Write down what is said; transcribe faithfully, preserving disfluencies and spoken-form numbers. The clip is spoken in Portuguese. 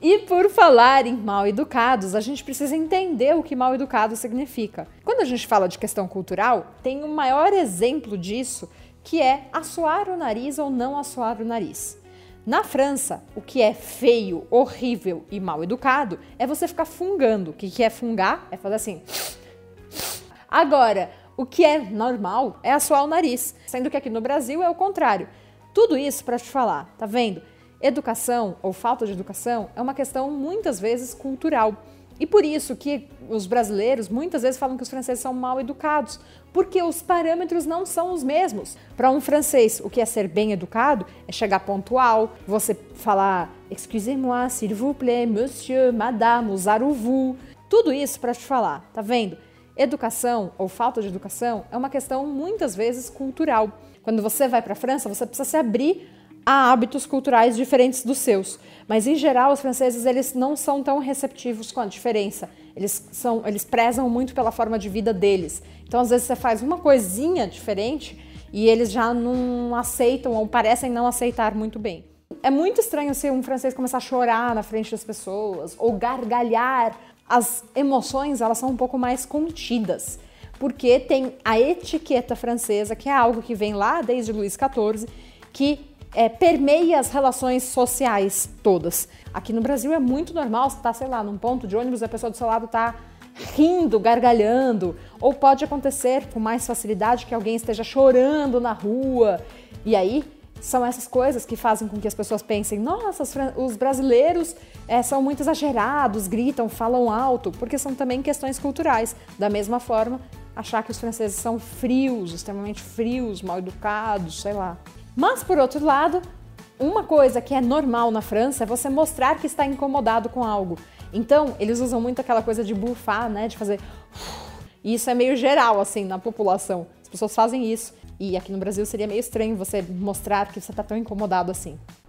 E por falar em mal educados, a gente precisa entender o que mal educado significa. Quando a gente fala de questão cultural, tem o maior exemplo disso, que é assoar o nariz ou não assoar o nariz. Na França, o que é feio, horrível e mal educado é você ficar fungando. O que é fungar? É fazer assim. Agora, o que é normal é assoar o nariz, sendo que aqui no Brasil é o contrário. Tudo isso para te falar, tá vendo? Educação ou falta de educação é uma questão muitas vezes cultural. E por isso que os brasileiros muitas vezes falam que os franceses são mal educados, porque os parâmetros não são os mesmos. Para um francês, o que é ser bem educado é chegar pontual, você falar excusez-moi, s'il vous plaît, monsieur, madame, usar o vous. Tudo isso para te falar, tá vendo? Educação ou falta de educação é uma questão muitas vezes cultural. Quando você vai para a França, você precisa se abrir a hábitos culturais diferentes dos seus. Mas, em geral, os franceses eles não são tão receptivos com a diferença. Eles, são, eles prezam muito pela forma de vida deles. Então, às vezes, você faz uma coisinha diferente e eles já não aceitam ou parecem não aceitar muito bem. É muito estranho se um francês começar a chorar na frente das pessoas ou gargalhar. As emoções, elas são um pouco mais contidas, porque tem a etiqueta francesa, que é algo que vem lá desde Luís quatorze, que é, permeia as relações sociais todas. Aqui no Brasil é muito normal você estar, sei lá, num ponto de ônibus e a pessoa do seu lado tá rindo, gargalhando, ou pode acontecer com mais facilidade que alguém esteja chorando na rua, e aí são essas coisas que fazem com que as pessoas pensem, nossa, os brasileiros é, são muito exagerados, gritam, falam alto, porque são também questões culturais. Da mesma forma, achar que os franceses são frios, extremamente frios, mal educados, sei lá. Mas, por outro lado, uma coisa que é normal na França é você mostrar que está incomodado com algo. Então, eles usam muito aquela coisa de bufar, né, de fazer... E isso é meio geral, assim, na população. As pessoas fazem isso. E aqui no Brasil seria meio estranho você mostrar que você está tão incomodado assim.